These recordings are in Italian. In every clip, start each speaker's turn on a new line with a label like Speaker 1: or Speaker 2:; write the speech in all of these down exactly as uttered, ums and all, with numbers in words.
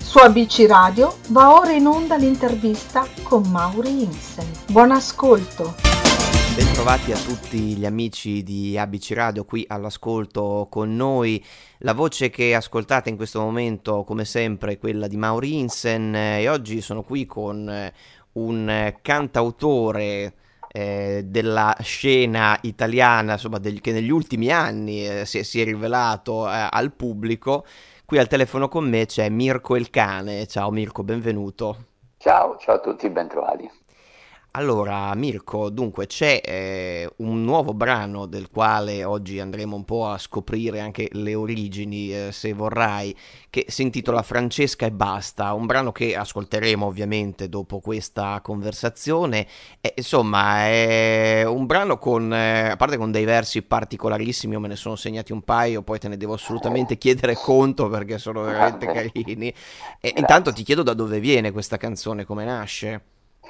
Speaker 1: Su A B C Radio va ora in onda l'intervista con Mauri Insen. Buon ascolto!
Speaker 2: Bentrovati a tutti gli amici di A B C Radio qui all'ascolto con noi. La voce che ascoltate in questo momento, come sempre, è quella di Mauri Insen e oggi sono qui con eh, un eh, cantautore eh, della scena italiana, insomma, del- che negli ultimi anni eh, si, è, si è rivelato eh, al pubblico. Qui al telefono con me c'è Mirko il Cane. Ciao Mirko, benvenuto.
Speaker 3: Ciao, ciao a tutti, bentrovati.
Speaker 2: Allora, Mirko, dunque c'è eh, un nuovo brano del quale oggi andremo un po' a scoprire anche le origini, eh, se vorrai, che si intitola Francesca e basta, un brano che ascolteremo ovviamente dopo questa conversazione. E, insomma, è un brano con, eh, a parte con dei versi particolarissimi, io me ne sono segnati un paio, poi te ne devo assolutamente chiedere conto perché sono veramente
Speaker 3: Vabbè,
Speaker 2: carini. E intanto
Speaker 3: grazie.
Speaker 2: ti chiedo da dove viene questa canzone, come nasce?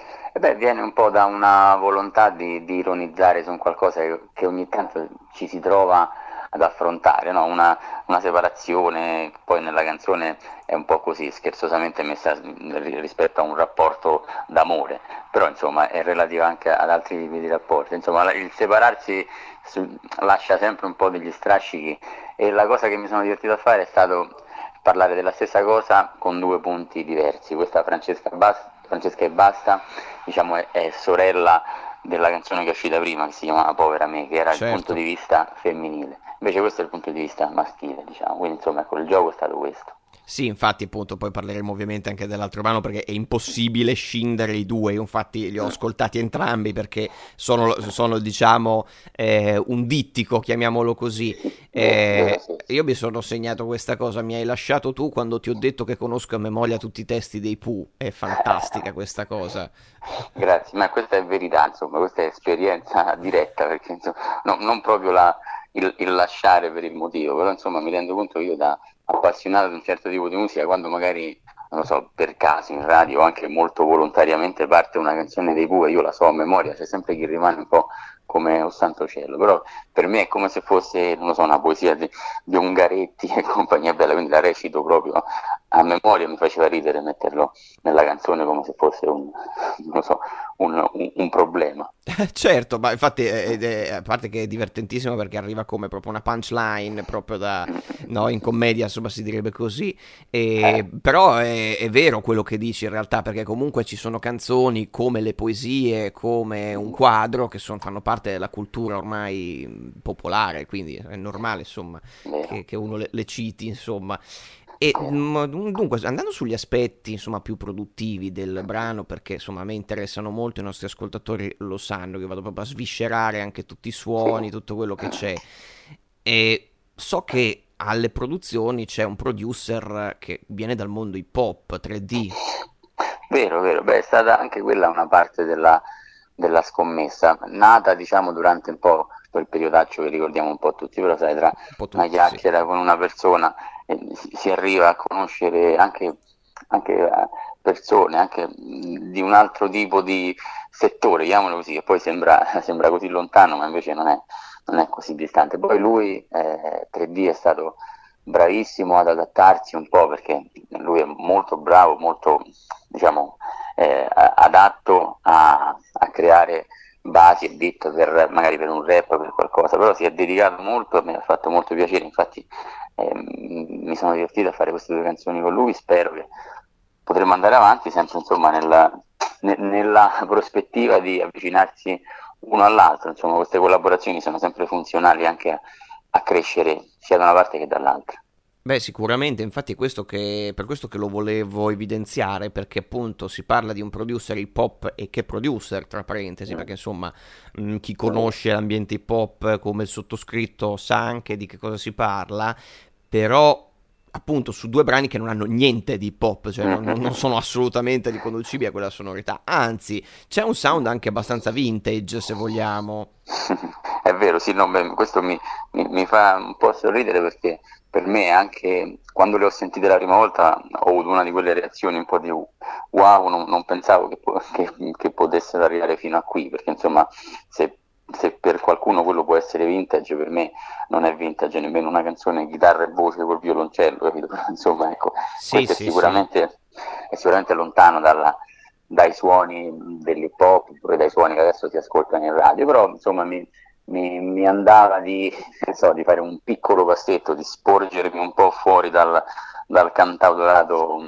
Speaker 3: E beh, viene un po' da una volontà di, di ironizzare su un qualcosa che, che ogni tanto ci si trova ad affrontare, no? Una, una separazione, che poi nella canzone è un po' così, scherzosamente messa ri- rispetto a un rapporto d'amore, però insomma è relativa anche ad altri tipi di rapporti. Insomma, la- il separarsi su- lascia sempre un po' degli strascichi e la cosa che mi sono divertito a fare è stato parlare della stessa cosa con due punti diversi. Questa Francesca, Bas- Francesca e Basta, diciamo, è, è sorella della canzone che è uscita prima, che si chiama Povera me, che era il punto
Speaker 2: Certo.
Speaker 3: di vista femminile. Invece questo è il punto di vista maschile, diciamo. Quindi insomma, ecco, il gioco è stato questo.
Speaker 2: Sì, infatti, appunto, poi parleremo ovviamente anche dell'altro brano perché è impossibile scindere i due. Io, infatti, li ho
Speaker 3: Mm.
Speaker 2: ascoltati entrambi perché sono, sono diciamo, eh, un dittico, chiamiamolo così.
Speaker 3: Vero, vero,
Speaker 2: Eh,
Speaker 3: sì, sì.
Speaker 2: io mi sono segnato questa cosa. Mi hai lasciato tu quando ti ho detto che conosco a memoria tutti i testi dei Pooh. È fantastica questa cosa.
Speaker 3: Grazie, ma questa è verità, insomma, questa è esperienza diretta, perché insomma, no- non proprio la- il, il lasciare per il motivo, però insomma mi rendo conto che io da appassionato di un certo tipo di musica, quando magari, non lo so, per caso in radio o anche molto volontariamente parte una canzone dei Pooh e io la so a memoria, c'è sempre chi rimane un po' come un santo cielo, però per me è come se fosse, non lo so, una poesia di, di Ungaretti e compagnia bella, quindi la recito proprio a memoria, mi faceva ridere metterlo nella canzone come se fosse un, non lo so, un, un- un problema.
Speaker 2: Certo, ma infatti eh, ed è- a parte che è divertentissimo perché arriva come proprio una punchline, proprio da, no, in commedia insomma si direbbe così,
Speaker 3: Eh,
Speaker 2: e, però è, è vero quello che dici in realtà perché comunque ci sono canzoni come le poesie, come un quadro che son- fanno parte della cultura ormai mh, popolare, quindi è normale insomma che,
Speaker 3: vero,
Speaker 2: che uno le, le citi insomma. E
Speaker 3: vero.
Speaker 2: mm, dunque, andando sugli aspetti, insomma, più produttivi del brano, perché insomma a me interessano molto, i nostri ascoltatori lo sanno, che vado proprio a sviscerare anche tutti i
Speaker 3: Sì.
Speaker 2: suoni, tutto quello che c'è. E so che alle produzioni c'è un producer che viene dal mondo hip hop, tre D.
Speaker 3: Vero, vero, beh, è stata anche quella una parte della, della scommessa, nata diciamo durante un po' quel periodaccio che ricordiamo un po' tutti, però sai, tra
Speaker 2: Un po'
Speaker 3: una
Speaker 2: tutti, sì.
Speaker 3: chiacchiera con una persona eh, si, si arriva a conoscere anche, anche eh, persone, anche mh, di un altro tipo di settore, chiamiamolo così, che poi sembra, sembra così lontano, ma invece non è, non è così distante. Poi lui, eh, tre D, è stato bravissimo ad adattarsi un po' perché lui è molto bravo, molto diciamo eh, adatto a, a creare basi e beat per magari per un rap o per qualcosa, però si è dedicato molto, mi ha fatto molto piacere, infatti eh, mi sono divertito a fare queste due canzoni con lui, spero che potremo andare avanti sempre insomma nella, ne, nella prospettiva di avvicinarsi uno all'altro, insomma queste collaborazioni sono sempre funzionali anche a, a crescere sia da una parte che dall'altra.
Speaker 2: Beh, sicuramente, infatti è questo che, per questo che lo volevo evidenziare, perché appunto si parla di un producer hip hop e che producer, tra parentesi,
Speaker 3: Mm,
Speaker 2: perché insomma mh, chi
Speaker 3: è vero.
Speaker 2: conosce l'ambiente hip hop come il sottoscritto sa anche di che cosa si parla, però appunto su due brani che non hanno niente di hip hop, cioè non, non- non sono assolutamente riconducibili a quella sonorità, anzi c'è un sound anche abbastanza vintage se vogliamo.
Speaker 3: È vero, sì, no, beh, questo mi, mi- mi fa un po' sorridere perché per me anche quando le ho sentite la prima volta ho avuto una di quelle reazioni un po' di wow, non, non pensavo che, po- che- che potessero arrivare fino a qui, perché insomma se se per qualcuno quello può essere vintage, per me non è vintage nemmeno una canzone chitarra e voce col violoncello, capito? Insomma, ecco,
Speaker 2: Sì,
Speaker 3: questo è
Speaker 2: sì, sì.
Speaker 3: sicuramente, è sicuramente lontano dalla, dai suoni dell'hip hop, oppure dai suoni che adesso si ascoltano in radio, però insomma mi, mi, mi andava di, so, di fare un piccolo passetto, di sporgermi un po' fuori dal, dal cantautorato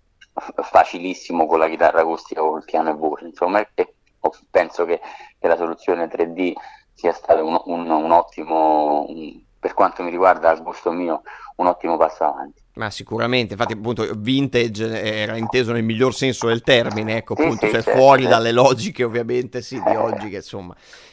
Speaker 3: facilissimo con la chitarra acustica o il piano e voce, insomma, e penso che, che la soluzione tre D sia stato un, un, un ottimo, un, per quanto mi riguarda, a gusto mio, un ottimo passo avanti.
Speaker 2: Ma sicuramente, infatti appunto vintage era inteso nel miglior senso del termine, ecco
Speaker 3: Sì,
Speaker 2: appunto,
Speaker 3: sì,
Speaker 2: cioè
Speaker 3: certo,
Speaker 2: fuori dalle
Speaker 3: certo.
Speaker 2: logiche ovviamente sì di oggi che insomma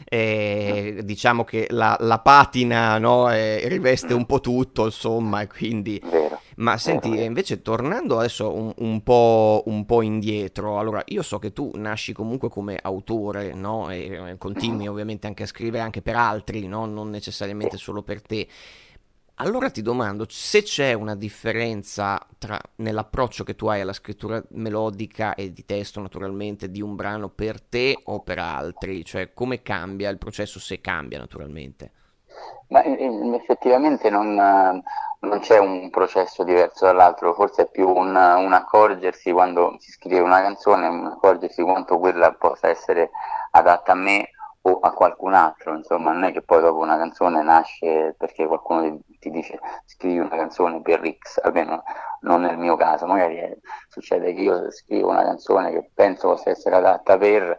Speaker 2: eh, diciamo che la, la patina no, eh, riveste un po' tutto insomma e quindi...
Speaker 3: Vero,
Speaker 2: Ma
Speaker 3: vero,
Speaker 2: senti, e
Speaker 3: vero.
Speaker 2: invece tornando adesso un, un po', un po' indietro, allora io so che tu nasci comunque come autore, no? E eh, continui
Speaker 3: Mhm.
Speaker 2: ovviamente anche a scrivere anche per altri, no? Non
Speaker 3: Sì.
Speaker 2: necessariamente solo per te. Allora ti domando se c'è una differenza tra, nell'approccio che tu hai alla scrittura melodica e di testo, naturalmente, di un brano per te o per altri, cioè come cambia il processo se cambia, naturalmente.
Speaker 3: Ma in- in- effettivamente non, eh, non c'è un processo diverso dall'altro, forse è più un, un accorgersi quando si scrive una canzone, un accorgersi quanto quella possa essere adatta a me o a qualcun altro, insomma, non è che poi dopo una canzone nasce perché qualcuno ti, ti dice scrivi una canzone per X, almeno non nel mio caso, magari eh, succede che io scrivo una canzone che penso possa essere adatta per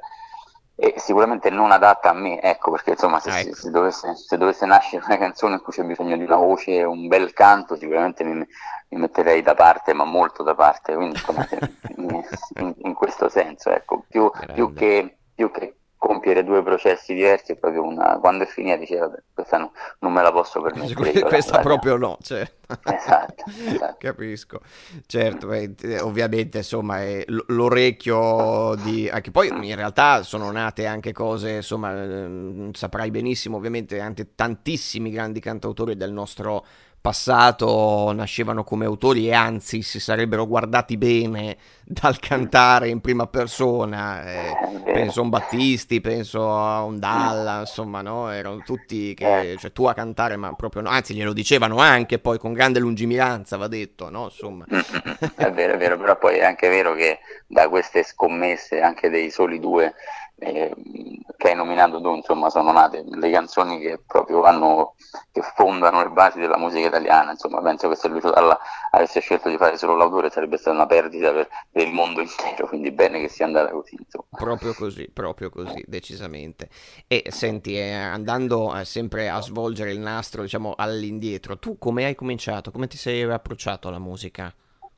Speaker 3: e sicuramente non adatta a me, ecco, perché insomma se,
Speaker 2: Ah,
Speaker 3: se-
Speaker 2: ecco.
Speaker 3: se dovesse, se dovesse nascere una canzone in cui c'è bisogno di una voce e un bel canto, sicuramente mi, mi metterei da parte, ma molto da parte, quindi insomma se- in, in questo senso, ecco, più, più
Speaker 2: Grande.
Speaker 3: che, più che compiere due processi diversi, è proprio una, quando è finita dice, vabbè, questa no- non me la posso permettere io, la,
Speaker 2: Questa
Speaker 3: la mia.
Speaker 2: proprio no, cioè.
Speaker 3: Esatto, esatto.
Speaker 2: Capisco. Certo, eh, t- ovviamente insomma è l- l'orecchio di... anche poi
Speaker 3: Mm.
Speaker 2: in realtà sono nate anche cose, insomma, ehm, saprai benissimo, ovviamente anche tantissimi grandi cantautori del nostro passato nascevano come autori e anzi si sarebbero guardati bene dal
Speaker 3: Mm.
Speaker 2: cantare in prima persona. eh,
Speaker 3: È
Speaker 2: penso
Speaker 3: vero.
Speaker 2: a un Battisti, penso a un
Speaker 3: Mm.
Speaker 2: Dalla, insomma, no? Erano tutti che,
Speaker 3: Certo.
Speaker 2: cioè tu a cantare, ma proprio no, anzi glielo dicevano anche poi con grande lungimiranza, va detto, no? Insomma.
Speaker 3: Mm, mm, mm. È vero, è vero, però poi è anche vero che da queste scommesse, anche dei soli due eh, che hai nominato tu, insomma, sono nate le canzoni che proprio hanno, che fondano le basi della musica italiana. Insomma, penso che se Lucio Dalla avesse scelto di fare solo l'autore sarebbe stata una perdita per, per il mondo intero, quindi bene che sia andata così, insomma.
Speaker 2: Proprio così, proprio così, decisamente. E senti, eh, andando eh, sempre a svolgere il nastro, diciamo, all'indietro, tu come hai cominciato? Come ti sei approcciato alla musica?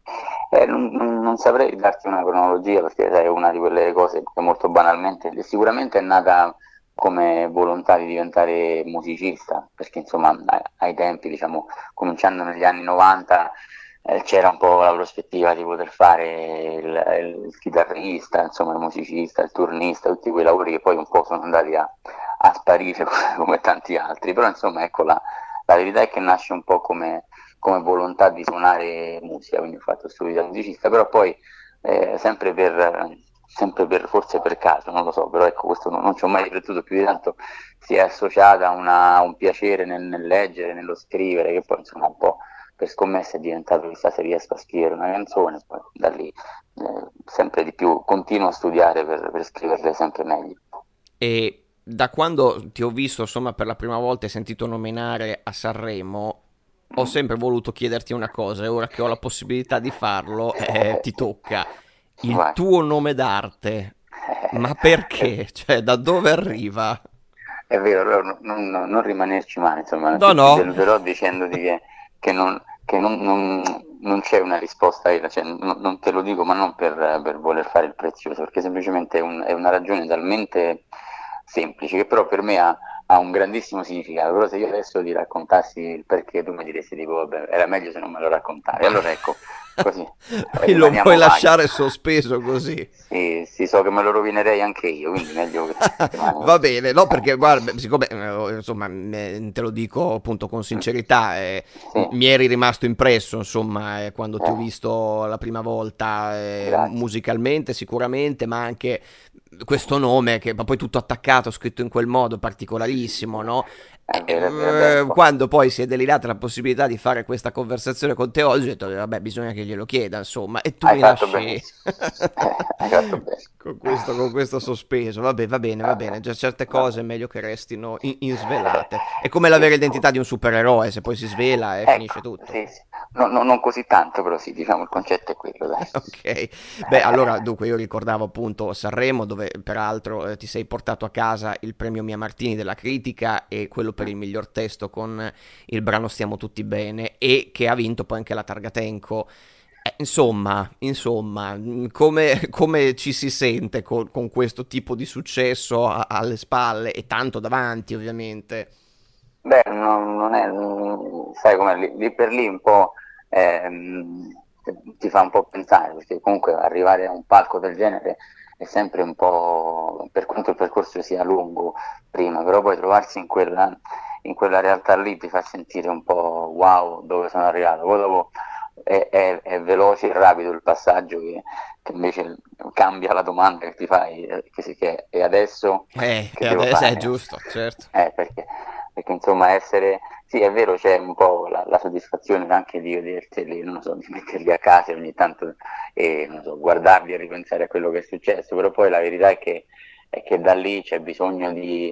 Speaker 3: Eh, non, non- non saprei darti una cronologia perché sai, è una di quelle cose che molto banalmente, sicuramente è nata come volontà di diventare musicista, perché insomma ai, ai tempi, diciamo, cominciando negli anni novanta, eh, c'era un po' la prospettiva di poter fare il, il chitarrista, insomma, il musicista, il turnista, tutti quei lavori che poi un po' sono andati a, a sparire come tanti altri, però insomma ecco la, la verità è che nasce un po' come come volontà di suonare musica, quindi ho fatto studi da musicista, però poi eh, sempre per, sempre per, forse per caso, non lo so, però ecco, questo non, non ci ho mai riflettuto più di tanto, si è associata a, una, a un piacere nel, nel leggere, nello scrivere, che poi insomma un po' per scommessa è diventato chissà se riesco a scrivere una canzone, poi da lì eh, sempre di più continuo a studiare per, per scriverle sempre meglio.
Speaker 2: E da quando ti ho visto, insomma, per la prima volta e sentito nominare a Sanremo, ho
Speaker 3: Mm.
Speaker 2: sempre voluto chiederti una cosa e ora che ho la possibilità di farlo, eh, ti tocca. Il
Speaker 3: Vai.
Speaker 2: tuo nome d'arte, ma perché? Cioè, da dove arriva?
Speaker 3: È vero, allora non, non- non rimanerci male, insomma,
Speaker 2: No,
Speaker 3: ti, ti
Speaker 2: no.
Speaker 3: deluderò dicendoti che, che non, che non- non- non c'è una risposta vera, cioè, non, non te lo dico, ma non per, per voler fare il prezioso, perché semplicemente è, un- è una ragione talmente semplice che però per me ha, ha un grandissimo significato. Però se io adesso ti raccontassi il perché, tu mi diresti tipo, vabbè, era meglio se non me lo raccontavi.
Speaker 2: Bah.
Speaker 3: Allora ecco, così
Speaker 2: Quindi lo vuoi
Speaker 3: rimaniamo vaghi.
Speaker 2: lasciare sospeso così.
Speaker 3: Sì, sì, so che me lo rovinerei anche io, quindi meglio che rimane
Speaker 2: Va
Speaker 3: così.
Speaker 2: bene, no, perché guarda, siccome eh, insomma eh, te lo dico appunto con
Speaker 3: Mm,
Speaker 2: sincerità, eh, m-
Speaker 3: sì,
Speaker 2: mi eri rimasto impresso, insomma, eh, quando ti ho
Speaker 3: eh,
Speaker 2: visto la prima volta, eh,
Speaker 3: grazie.
Speaker 2: musicalmente sicuramente, ma anche questo nome che ma poi tutto attaccato, scritto in quel modo particolarissimo, no?
Speaker 3: È
Speaker 2: E,
Speaker 3: vero, è vero, beh, un
Speaker 2: eh,
Speaker 3: po'.
Speaker 2: quando poi si è delineata la possibilità di fare questa conversazione con te oggi, ho detto, vabbè, bisogna che glielo chieda, insomma, e tu
Speaker 3: Hai
Speaker 2: mi
Speaker 3: fatto
Speaker 2: lasci
Speaker 3: benissimo. Eh, hai fatto bene.
Speaker 2: con questo, con questo sospeso. Vabbè, va bene, va
Speaker 3: Vabbè,
Speaker 2: bene, già certe cose
Speaker 3: vabbè.
Speaker 2: è meglio che restino in, in svelate. È come
Speaker 3: Sì,
Speaker 2: l'avere l'identità di un supereroe, se poi si svela e
Speaker 3: ecco,
Speaker 2: finisce tutto.
Speaker 3: sì, sì. No, no, non così tanto, però sì, diciamo il concetto è quello, dai.
Speaker 2: Ok, beh, allora dunque io ricordavo appunto Sanremo, dove peraltro eh, ti sei portato a casa il premio Mia Martini della critica e quello per il miglior testo con il brano Stiamo tutti bene, e che ha vinto poi anche la Targatenco. Eh, insomma, insomma, mh, come, come ci si sente con, con questo tipo di successo a- alle spalle e tanto davanti, ovviamente.
Speaker 3: Beh, non, non è, mm, sai com'è, lì, lì per lì un po' ehm, ti fa un po' pensare, perché comunque arrivare a un palco del genere è sempre un po', per quanto il percorso sia lungo prima, però poi trovarsi in quella, in quella realtà lì ti fa sentire un po' wow, dove sono arrivato. Poi dopo è, è- è veloce e rapido il passaggio che, che invece cambia la domanda che ti fai, eh, che, si- che e adesso
Speaker 2: Eh,
Speaker 3: che
Speaker 2: e
Speaker 3: devo
Speaker 2: adesso è
Speaker 3: fare?
Speaker 2: giusto, certo.
Speaker 3: Eh, perché, perché insomma essere, sì è vero c'è un po' la, la soddisfazione anche di vederteli, non so, di metterli a casa ogni tanto e non so, guardarli e ripensare a quello che è successo, però poi la verità è che, è che da lì c'è bisogno di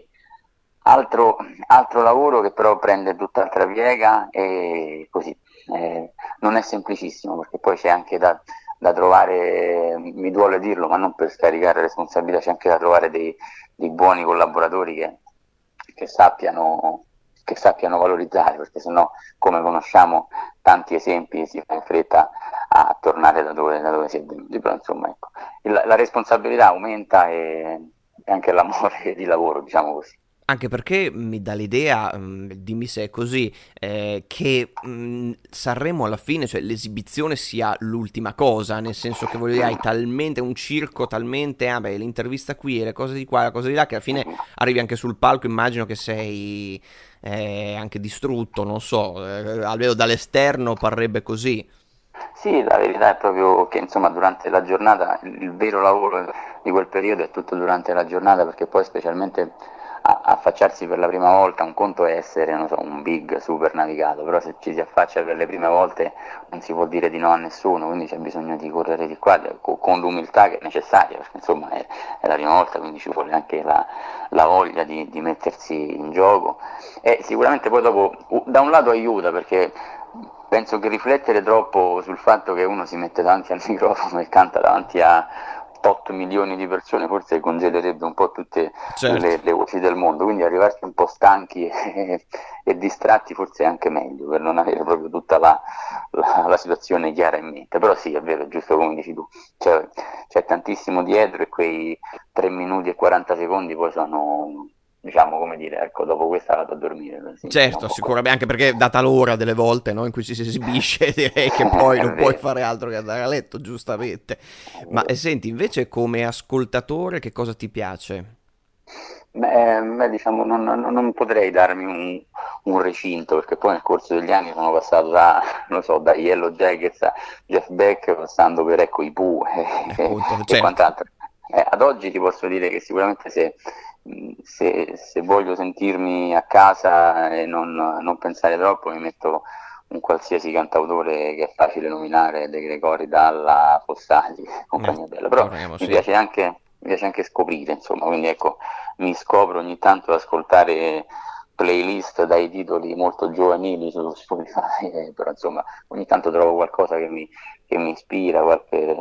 Speaker 3: altro, altro lavoro che però prende tutt'altra piega e così. Eh, non è semplicissimo perché poi c'è anche da, da trovare, mi duole dirlo, ma non per scaricare responsabilità, c'è anche da trovare dei, dei buoni collaboratori che, che sappiano, che sappiano valorizzare, perché sennò, come conosciamo tanti esempi, si fa in fretta a tornare da dove, da dove si è venuti. Però insomma, ecco, il- la responsabilità aumenta e, e anche l'amore di lavoro, diciamo così.
Speaker 2: Anche perché mi dà l'idea, mh, dimmi se è così, eh, che mh, Sanremo alla fine, cioè l'esibizione sia l'ultima cosa, nel senso che voglio dire, hai talmente un circo, talmente, ah beh, l'intervista qui e le cose di qua, le cose di là, che alla fine arrivi anche sul palco, immagino che sei eh, anche distrutto, non so, eh, almeno dall'esterno parrebbe così.
Speaker 3: Sì, la verità è proprio che insomma durante la giornata il, il vero lavoro di quel periodo è tutto durante la giornata perché poi specialmente a- affacciarsi per la prima volta un conto è essere non so, un big super navigato, però se ci si affaccia per le prime volte non si può dire di no a nessuno, quindi c'è bisogno di correre di qua co- con l'umiltà che è necessaria perché insomma è, è la prima volta, quindi ci vuole anche la, la voglia di, di mettersi in gioco e sicuramente poi dopo u- da un lato aiuta perché penso che riflettere troppo sul fatto che uno si mette davanti al microfono e canta davanti a otto milioni di persone forse congelerebbe un po' tutte
Speaker 2: Certo.
Speaker 3: le, le voci del mondo, quindi arrivarsi un po' stanchi e, e distratti forse è anche meglio per non avere proprio tutta la, la, la situazione chiara in mente, però sì è vero, è giusto come dici tu, c'è, c'è tantissimo dietro e quei tre minuti e quaranta secondi poi sono, diciamo come dire, ecco, dopo questa vado a dormire, significa un
Speaker 2: Certo,
Speaker 3: po' quello.
Speaker 2: sicuramente, anche perché data l'ora delle volte, no, in cui ci si esibisce, direi che poi
Speaker 3: È
Speaker 2: non puoi
Speaker 3: vero,
Speaker 2: fare altro che andare a letto, giustamente.
Speaker 3: è
Speaker 2: Ma e
Speaker 3: vero.
Speaker 2: senti, invece come ascoltatore che cosa ti piace?
Speaker 3: Beh, beh, diciamo, non, non- non potrei darmi un, un recinto, perché poi nel corso degli anni sono passato da, non so, da Yellow Jackets a Jeff Beck, passando per ecco, i Pooh
Speaker 2: Eh,
Speaker 3: e, e-
Speaker 2: appunto,
Speaker 3: e
Speaker 2: certo.
Speaker 3: quant'altro. Eh, ad oggi ti posso dire che sicuramente se, mh, se- se voglio sentirmi a casa e non, non pensare troppo, mi metto un qualsiasi cantautore che è facile nominare, De Gregori, Dalla, Fossati,
Speaker 2: Eh,
Speaker 3: compagnia bella, però
Speaker 2: torniamo,
Speaker 3: mi
Speaker 2: sì.
Speaker 3: piace anche, mi piace anche scoprire, insomma, quindi ecco mi scopro ogni tanto ad ascoltare playlist dai titoli molto giovanili su Spotify, eh, però insomma ogni tanto trovo qualcosa che mi, che mi ispira, qualche,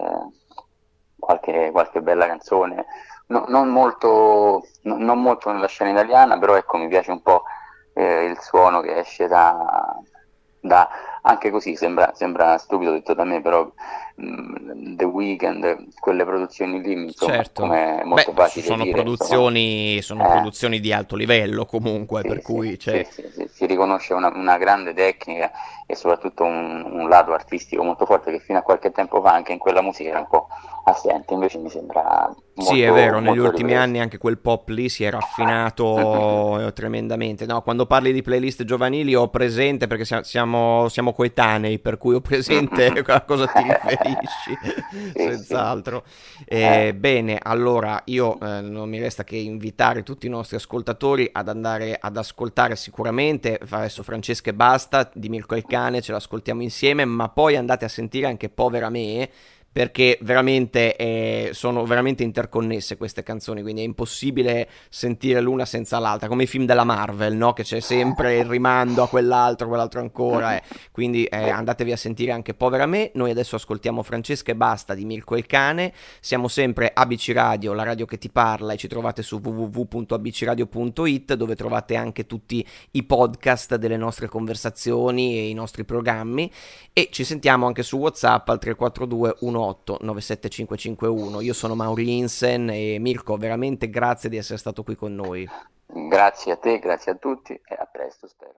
Speaker 3: qualche, qualche bella canzone, no, non, molto, no, non molto nella scena italiana, però ecco mi piace un po' eh, il suono che esce da, da anche così sembra, sembra stupido detto da me, però mh, The Weeknd, quelle produzioni lì, insomma,
Speaker 2: Certo.
Speaker 3: come è molto
Speaker 2: Beh,
Speaker 3: facile
Speaker 2: sono
Speaker 3: dire,
Speaker 2: produzioni, sono
Speaker 3: insomma, eh,
Speaker 2: produzioni di alto livello comunque,
Speaker 3: sì,
Speaker 2: per
Speaker 3: sì,
Speaker 2: cui cioè,
Speaker 3: sì, sì, sì, si riconosce una, una grande tecnica e soprattutto un, un lato artistico molto forte che fino a qualche tempo fa anche in quella musica era un po' assente, invece mi sembra
Speaker 2: sì, è
Speaker 3: molto,
Speaker 2: vero, negli
Speaker 3: molto
Speaker 2: ultimi
Speaker 3: ripreso.
Speaker 2: anni anche quel pop lì si è
Speaker 3: Mm, mm, mm.
Speaker 2: raffinato eh, tremendamente. No, quando parli di playlist giovanili ho presente, perché sia- siamo, siamo coetanei, per cui ho
Speaker 3: Mm,
Speaker 2: presente
Speaker 3: mm,
Speaker 2: a cosa ti
Speaker 3: mm.
Speaker 2: riferisci,
Speaker 3: Sì, sì.
Speaker 2: senz'altro.
Speaker 3: Eh,
Speaker 2: Eh, bene, allora io eh, non mi resta che invitare tutti i nostri ascoltatori ad andare ad ascoltare sicuramente adesso Francesca e Basta di Mirko il Cane, ce l'ascoltiamo insieme, ma poi andate a sentire anche Povera Me, perché veramente eh, sono veramente interconnesse queste canzoni, quindi è impossibile sentire l'una senza l'altra, come i film della Marvel, no? Che c'è sempre il rimando a quell'altro, quell'altro ancora, eh. Quindi eh,
Speaker 3: vero.
Speaker 2: andatevi a sentire anche Povera Me. Noi adesso ascoltiamo Francesca e Basta di Mirko il Cane, siamo sempre A B C Radio, la radio che ti parla, e ci trovate su w w w punto a b c radio punto i t, dove trovate anche tutti i podcast delle nostre conversazioni e i nostri programmi, e ci sentiamo anche su WhatsApp al tre quattro due uno otto nove sette cinque cinque uno. Io sono Mauri Insen e Mirko, veramente grazie di essere stato qui con noi.
Speaker 3: Grazie a te, grazie a tutti e a presto, spero.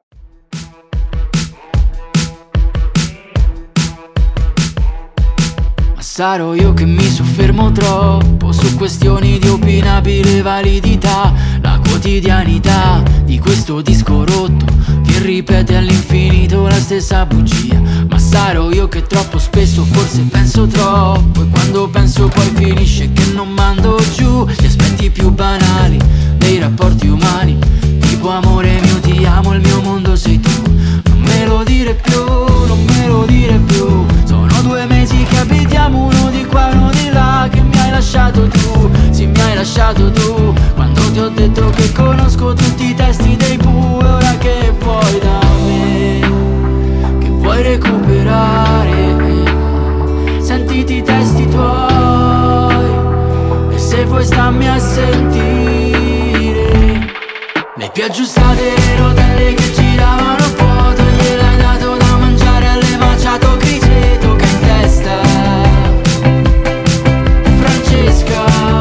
Speaker 4: Ma sarò io che mi soffermo troppo su questioni di opinabile validità, la quotidianità di questo disco rotto che ripete all'infinito la stessa bugia. Ma sarò io che troppo spesso forse penso troppo, e quando penso poi finisce che non mando giù gli aspetti più banali dei rapporti umani, tipo amore mio ti amo, il mio mondo sei tu. Non me lo dire più, non me lo dire più. Sono due mesi che abitiamo uno di qua e uno di là, che mi hai lasciato tu, sì mi hai lasciato tu, quando ti ho detto che conosco tutti i testi dei Pooh. E ora che vuoi da me, che vuoi recuperare, sentiti i testi tuoi, e se vuoi stammi a sentire le più aggiustate rotelle che giravano foto, gliel'hai dato da mangiare alle maciato criceto che in testa Francesca.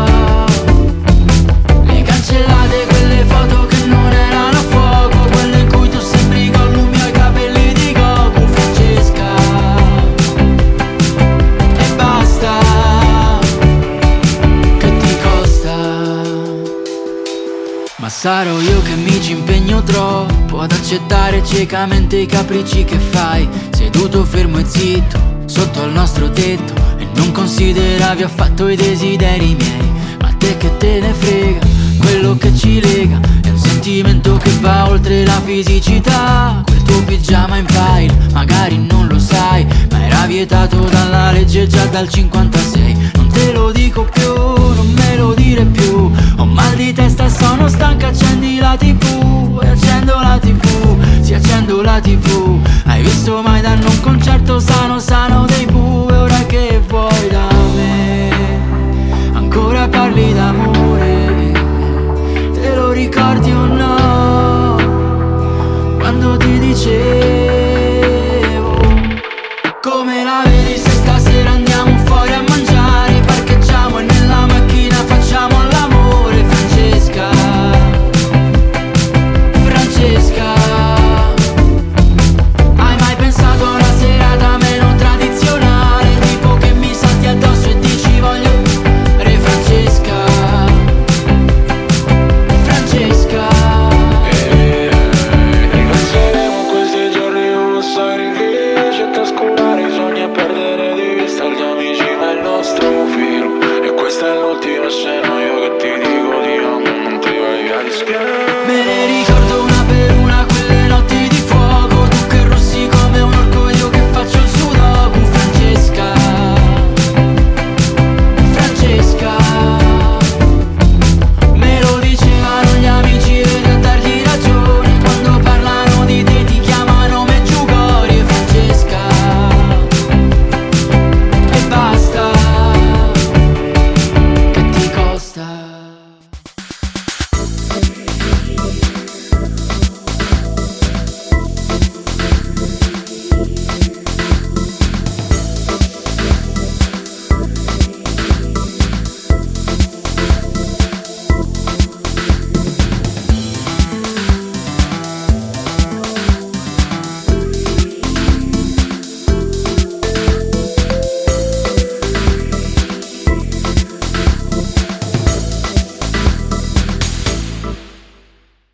Speaker 4: Le cancellate quelle foto che non erano a fuoco, quelle in cui tu sembri Gollum e i capelli di Goku, Francesca. E basta, che ti costa? Ma sarò io che mi ci impegno troppo ad accettare ciecamente i capricci che fai, seduto fermo e zitto sotto al nostro tetto, e non consideravi affatto i desideri miei. Ma te che te ne frega, quello che ci lega è un sentimento che va oltre la fisicità. Quel tuo pigiama in pile, magari non lo sai, ma era vietato dalla legge già dal cinquantasei. Non te lo dico più, non me lo dire più, ho mal di testa, sono stanca, accendi la tv, e accendo la tv, sì accendo la tv. Hai visto mai danno un concerto sano sano dei Pooh? E ora che vuoi da me, ancora parli d'amore, te lo ricordi o no, quando ti dicevo come la vedi se stasera andiamo fuori a mangiare?